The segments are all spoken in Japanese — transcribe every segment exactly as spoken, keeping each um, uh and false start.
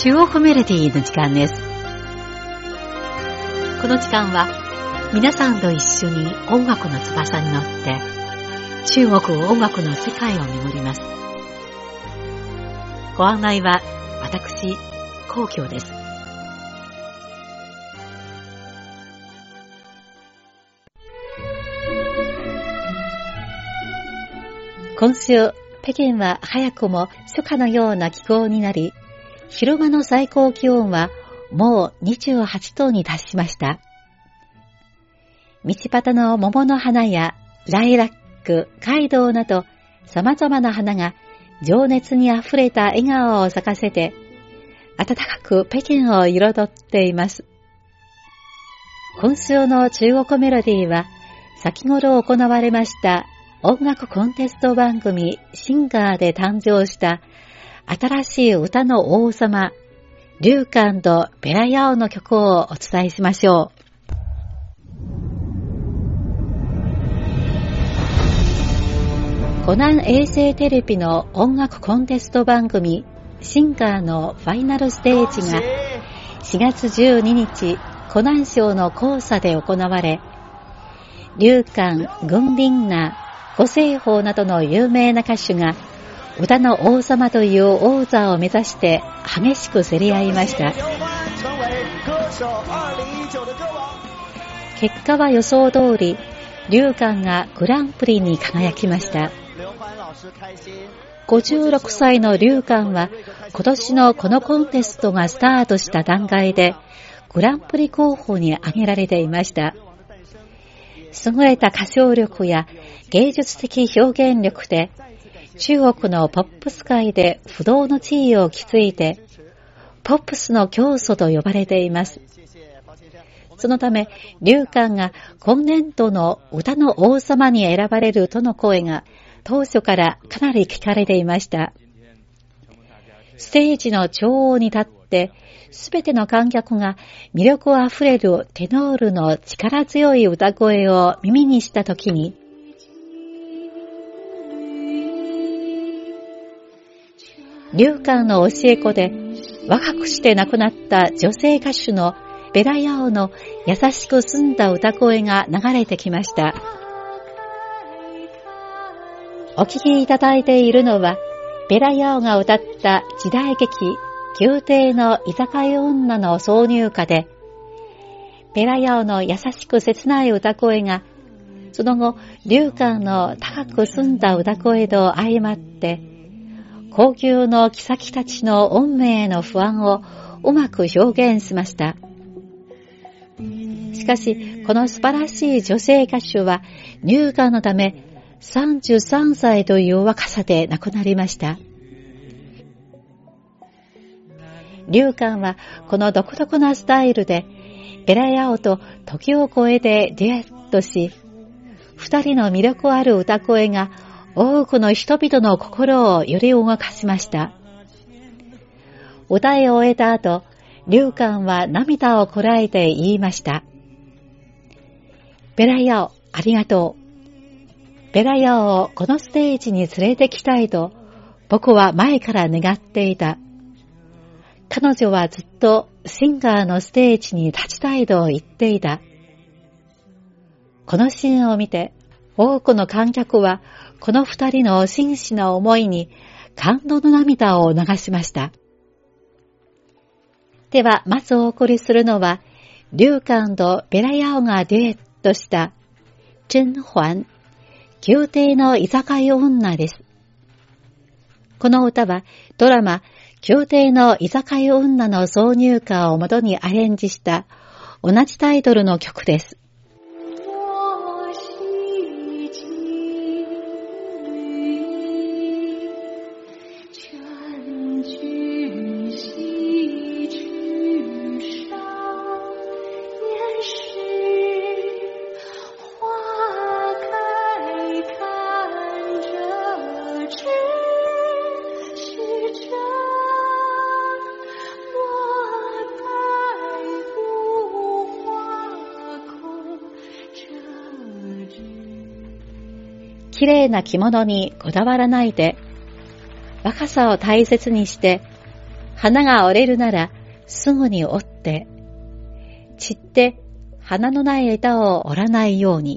中国メロディーの時間です。この時間は皆さんと一緒に音楽の翼に乗って中国音楽の世界を巡ります。ご案内は私、皇居です。今週、北京は早くも初夏のような気候になり、昼間の最高気温はもうにじゅうはちどに達しました。道端の桃の花やライラック、街道など様々な花が情熱にあふれた笑顔を咲かせて、暖かく北京を彩っています。今週の中国メロディーは、先頃行われました音楽コンテスト番組シンガーで誕生した新しい歌の王様、劉冠とベラヤオの曲をお伝えしましょう。湖南衛星テレビの音楽コンテスト番組シンガーのファイナルステージがしがつじゅうににち、湖南省の黄沙で行われ、劉冠、軍林那、五星鳳などの有名な歌手が歌の王様という王座を目指して激しく競り合いました。結果は予想通り、劉冠がグランプリに輝きました。ごじゅうろくさいの劉冠は今年のこのコンテストがスタートした段階でグランプリ候補に挙げられていました。優れた歌唱力や芸術的表現力で中国のポップス界で不動の地位を築いて、ポップスの教祖と呼ばれています。そのため、劉冠が今年度の歌の王様に選ばれるとの声が当初からかなり聞かれていました。ステージの中央に立って、すべての観客が魅力あふれるテノールの力強い歌声を耳にしたときに、劉冠の教え子で若くして亡くなった女性歌手のベラヤオの優しく澄んだ歌声が流れてきました。お聴きいただいているのは、ベラヤオが歌った時代劇宮廷の居酒屋女の挿入歌で、ベラヤオの優しく切ない歌声が、その後、劉冠の高く澄んだ歌声と相まって、高級の妃たちの運命への不安をうまく表現しました。しかし、この素晴らしい女性歌手は、乳がんのため、さんじゅうさんさいという若さで亡くなりました。劉冠はこの独特なスタイルでベラヤオと時を超えてデュエットし、二人の魅力ある歌声が多くの人々の心を揺り動かしました。歌い終えた後、劉冠は涙をこらえて言いました。ベラヤオ、ありがとう。ベラヤオをこのステージに連れてきたいと僕は前から願っていた。彼女はずっとシンガーのステージに立ちたいと言っていた。このシーンを見て多くの観客はこの二人の真摯な思いに感動の涙を流しました。ではまずお送りするのは劉冠とベラヤオがデュエットした甄嬛、宮廷の居酒屋女です。この歌はドラマ宮廷の居酒屋女の挿入歌を元にアレンジした同じタイトルの曲です。綺麗な着物にこだわらないで、若さを大切にして、 花が折れるならすぐに折って、散って花のない枝を折らないように。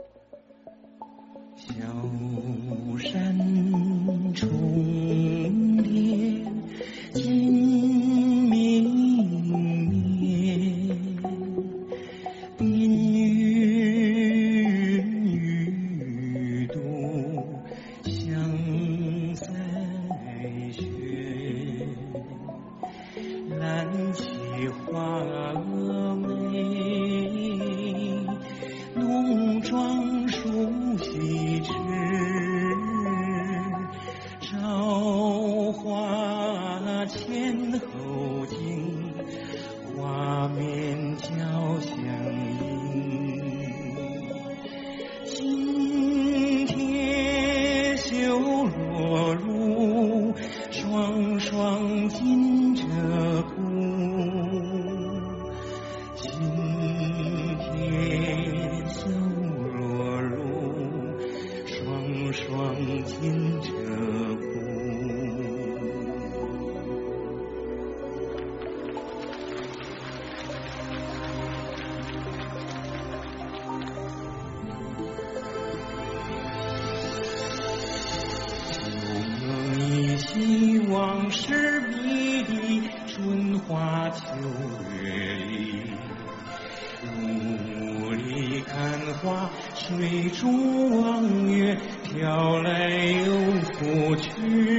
水中望月，飘来又拂去，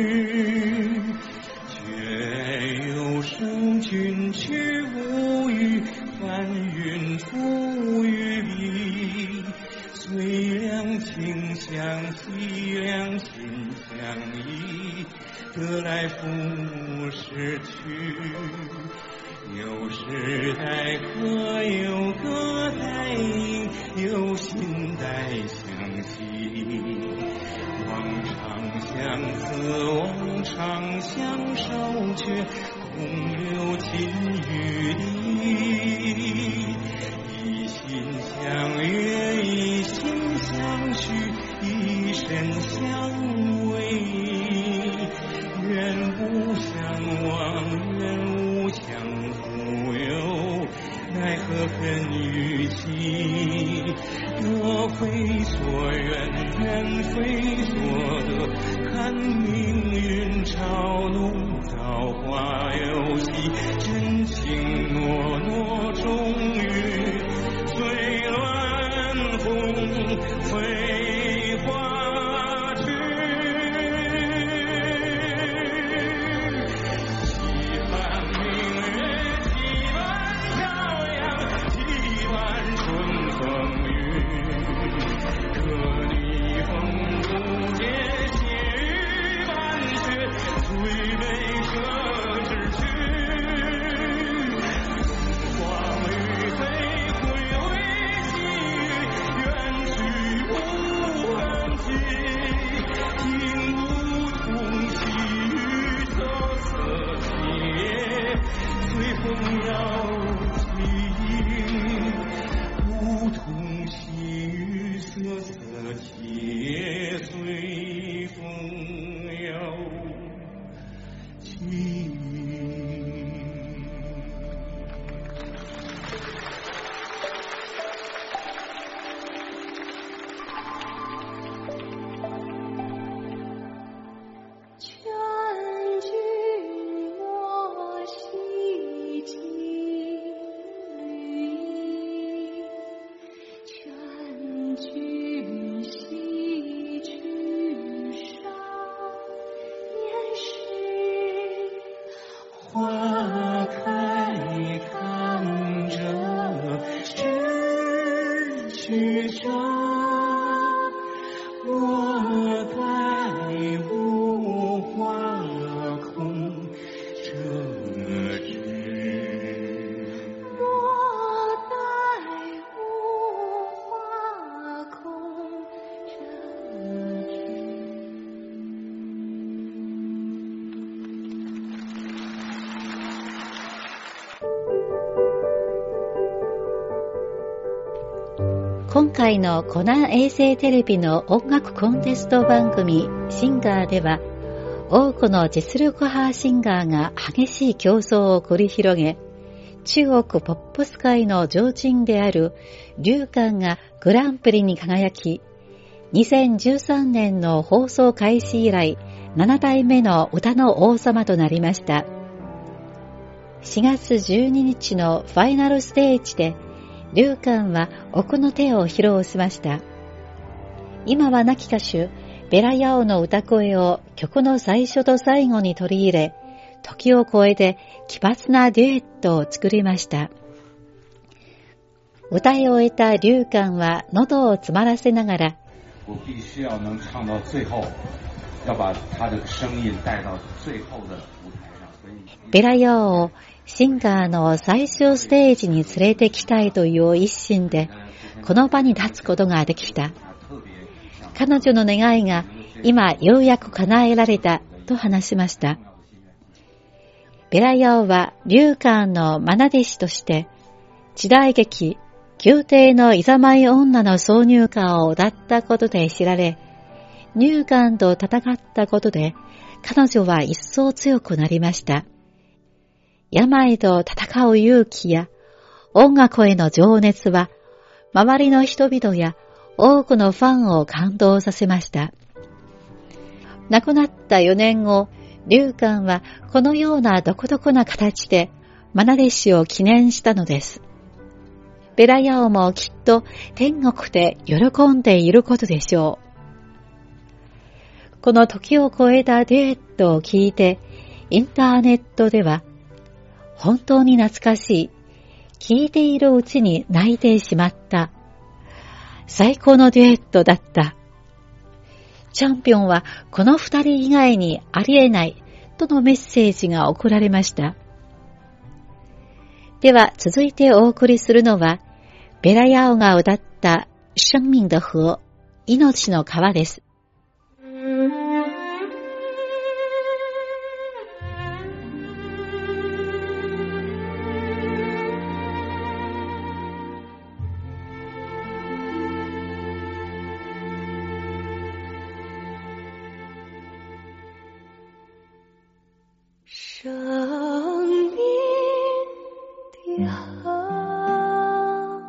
却又生君去无语，翻云覆雨笔。虽两情相惜，两心相依，得来复失去。有时代歌，有歌待应，有心待相惜。往常相思，往常相守，却空留金玉笛。一心相约，一心相许，一生相偎。愿不相忘，愿无相负有，奈何恨与情，得非所愿，愿非所得。看命运嘲弄，造化游戏，真情诺诺，终于随乱风飞花去。期盼明月，期盼飘扬，期盼春风雨。可逆风不解，血雨满血，最悲这之去。花雨飞，回味细雨，远去无痕迹。听梧桐细雨，瑟瑟切，随风摇起。梧桐细雨，瑟瑟切，随风摇起。 劝君莫惜金缕，劝君惜去少年时。 花开看着知去者，我待无花空折枝。 莫待无花空折枝。 今回の湖南衛星テレビの音楽コンテスト番組シンガーでは、 多くの実力派シンガーが激しい競争を繰り広げ、中国ポップス界の上人である劉韓がグランプリに輝き、にせんじゅうさんねんの放送開始以来なな代目の歌の王様となりました。しがつじゅうににちのファイナルステージで劉韓は奥の手を披露しました。今は亡き歌手ベラヤオの歌声を曲の最初と最後に取り入れ、時を超えて奇抜なデュエットを作りました。歌い終えた劉韓は喉を詰まらせながら、 我必須要能唱到最後，要把他的聲音帶到最後的舞台上。 ベラヤオをシンガーの最終ステージに連れてきたいという一心で、この場に立つことができた。彼女の願いが今ようやく叶えられたと話しました。ベラヤオは劉韓の愛弟子として時代劇宮廷のいざまい女の挿入歌を歌ったことで知られ、劉韓と戦ったことで彼女は一層強くなりました。病と戦う勇気や音楽への情熱は周りの人々や多くのファンを感動させました。亡くなったよねんご、劉韓はこのような独特な形で愛弟子を記念したのです。ベラヤオもきっと天国で喜んでいることでしょう。この時を超えたデュエットを聞いて、インターネットでは、本当に懐かしい、聞いているうちに泣いてしまった、最高のデュエットだった。チャンピオンはこの二人以外にありえないとのメッセージが送られました。では続いてお送りするのは、ベラヤオが歌った生命的河、命の川です。 生命的河，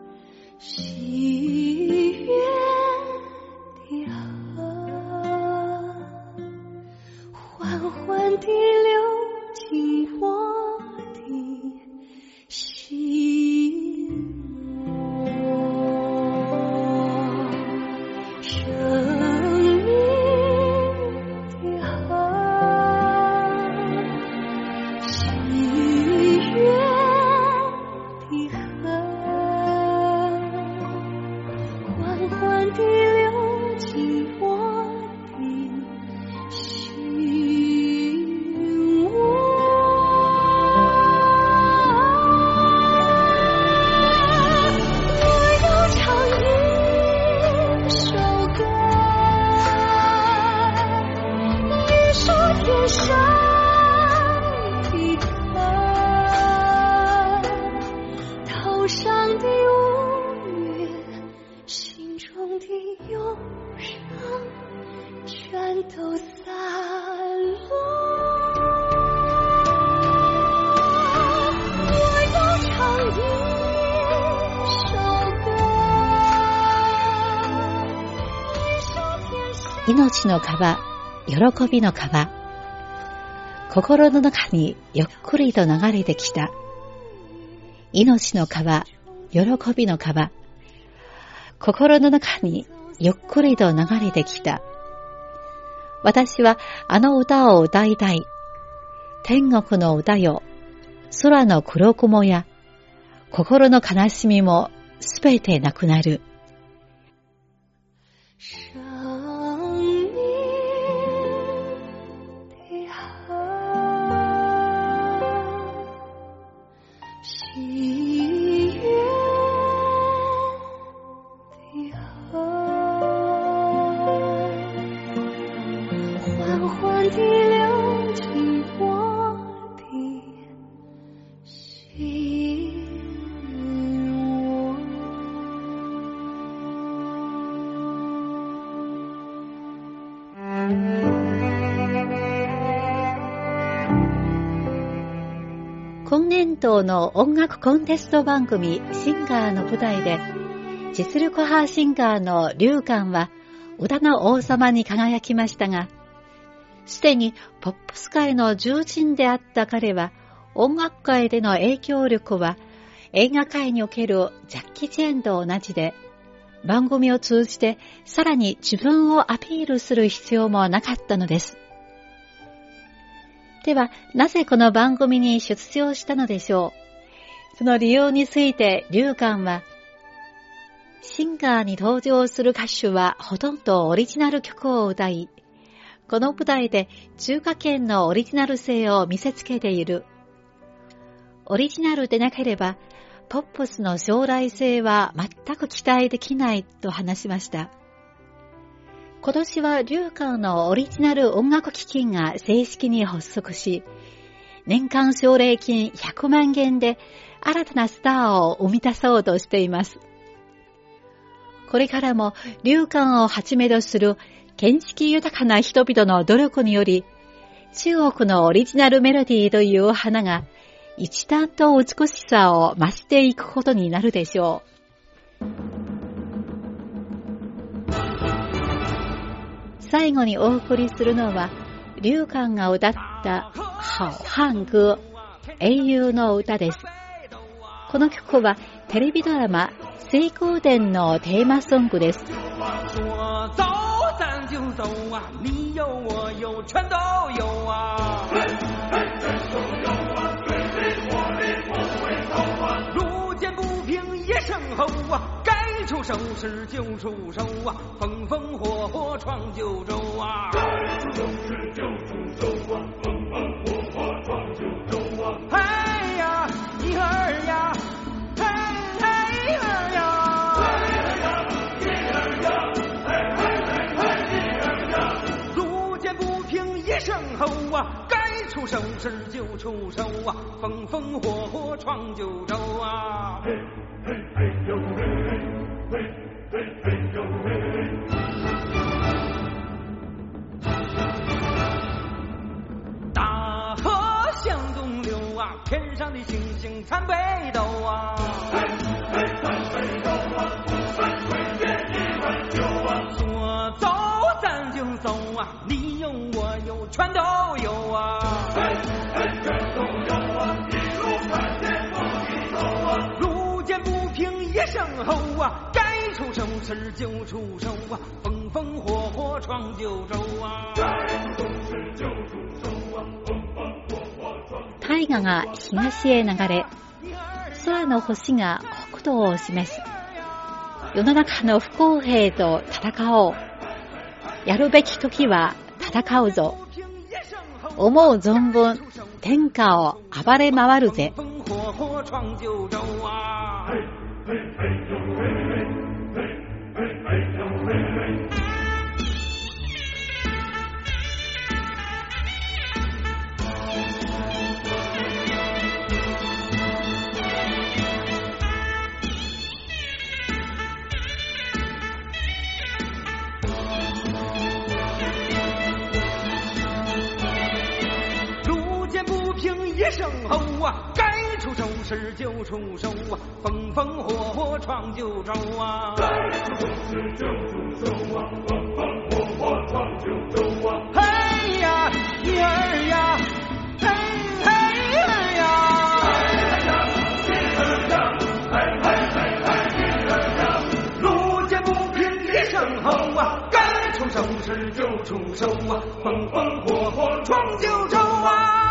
喜悦的河，缓缓地流进我的心窝。生命的河，喜悦的河，缓缓地流进我的心窝。我要唱一首歌，一首天上头上的乌云，心中的忧伤，全都散落。我要唱一首歌，一首天上。 命の川、喜びの川。心の中にゆっくりと流れてきた。命の川、喜びの川。心の中にゆっくりと流れてきた。私はあの歌を歌いたい。天国の歌よ、空の黒雲や、心の悲しみもすべてなくなる。 今年度の音楽コンテスト番組シンガーの舞台で、実力派シンガーの劉冠は歌の王様に輝きましたが、すでにポップス界の重鎮であった彼は、音楽界での影響力は映画界におけるジャッキー・チェンと同じで、番組を通じてさらに自分をアピールする必要もなかったのです。では、なぜこの番組に出場したのでしょう。その理由について劉冠は、シンガーに登場する歌手はほとんどオリジナル曲を歌い、この舞台で中華圏のオリジナル性を見せつけている。オリジナルでなければ、ポップスの将来性は全く期待できないと話しました。今年は劉冠のオリジナル音楽基金が正式に発足し、年間奨励金ひゃくまんえんで新たなスターを生み出そうとしています。これからも劉冠をはじめとする見識豊かな人々の努力により、中国のオリジナルメロディーという花が一段と美しさを増していくことになるでしょう。最後にお送りするのは、劉冠が歌った好漢歌、英雄の歌です。この曲はテレビドラマ水光伝のテーマソングです。 说走咱就走啊，你有我有全都有啊。路见不平一声吼啊，该出手时就出手啊，风风火火闯九州啊。该出手时就出手啊，风风火火闯九州啊。哎呀，一儿呀，嘿嘿儿呀。一声吼啊，该出手时就出手啊，风风火火闯九州啊。嘿嘿嘿呦嘿嘿嘿嘿呦嘿嘿。大河向东流啊，天上的星星参北斗啊。嘿嘿参北斗啊，不分贵贱一碗酒啊。说走咱就走啊，你有我有全都有啊。嘿嘿全都有啊，一路看见不低头啊。路见不平一声吼啊，该出手时就出手啊，风风火火闯九州啊。该出手时就出手啊，风风火火闯。 大河が東へ流れ、空の星が北斗を示す。世の中の不公平と戦おう。やるべき時は戦うぞ。思う存分天下を暴れ回るぜ。 一声吼啊，该出手时就出手啊，风风火火闯九州啊。该出手时就出手啊，风风火火闯九州啊。嘿呀，一儿呀，嘿嘿儿呀，一儿呀，嘿嘿嘿嘿一儿呀。路见不平一声吼啊，该出手时就出手啊，风风火火闯九州啊。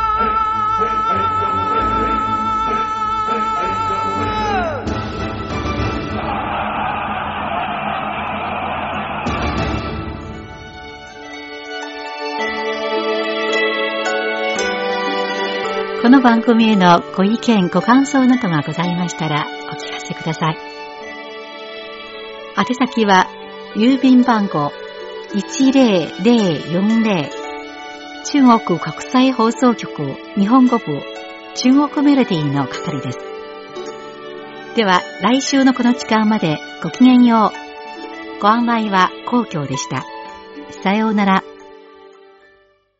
この番組へのご意見ご感想などがございましたらお聞かせください。宛先は郵便番号 いちぜろぜろよんぜろ中国国際放送局日本語部中国メロディーの係です。では来週のこの時間までごきげんよう。ご案内は皇居でした。さようなら。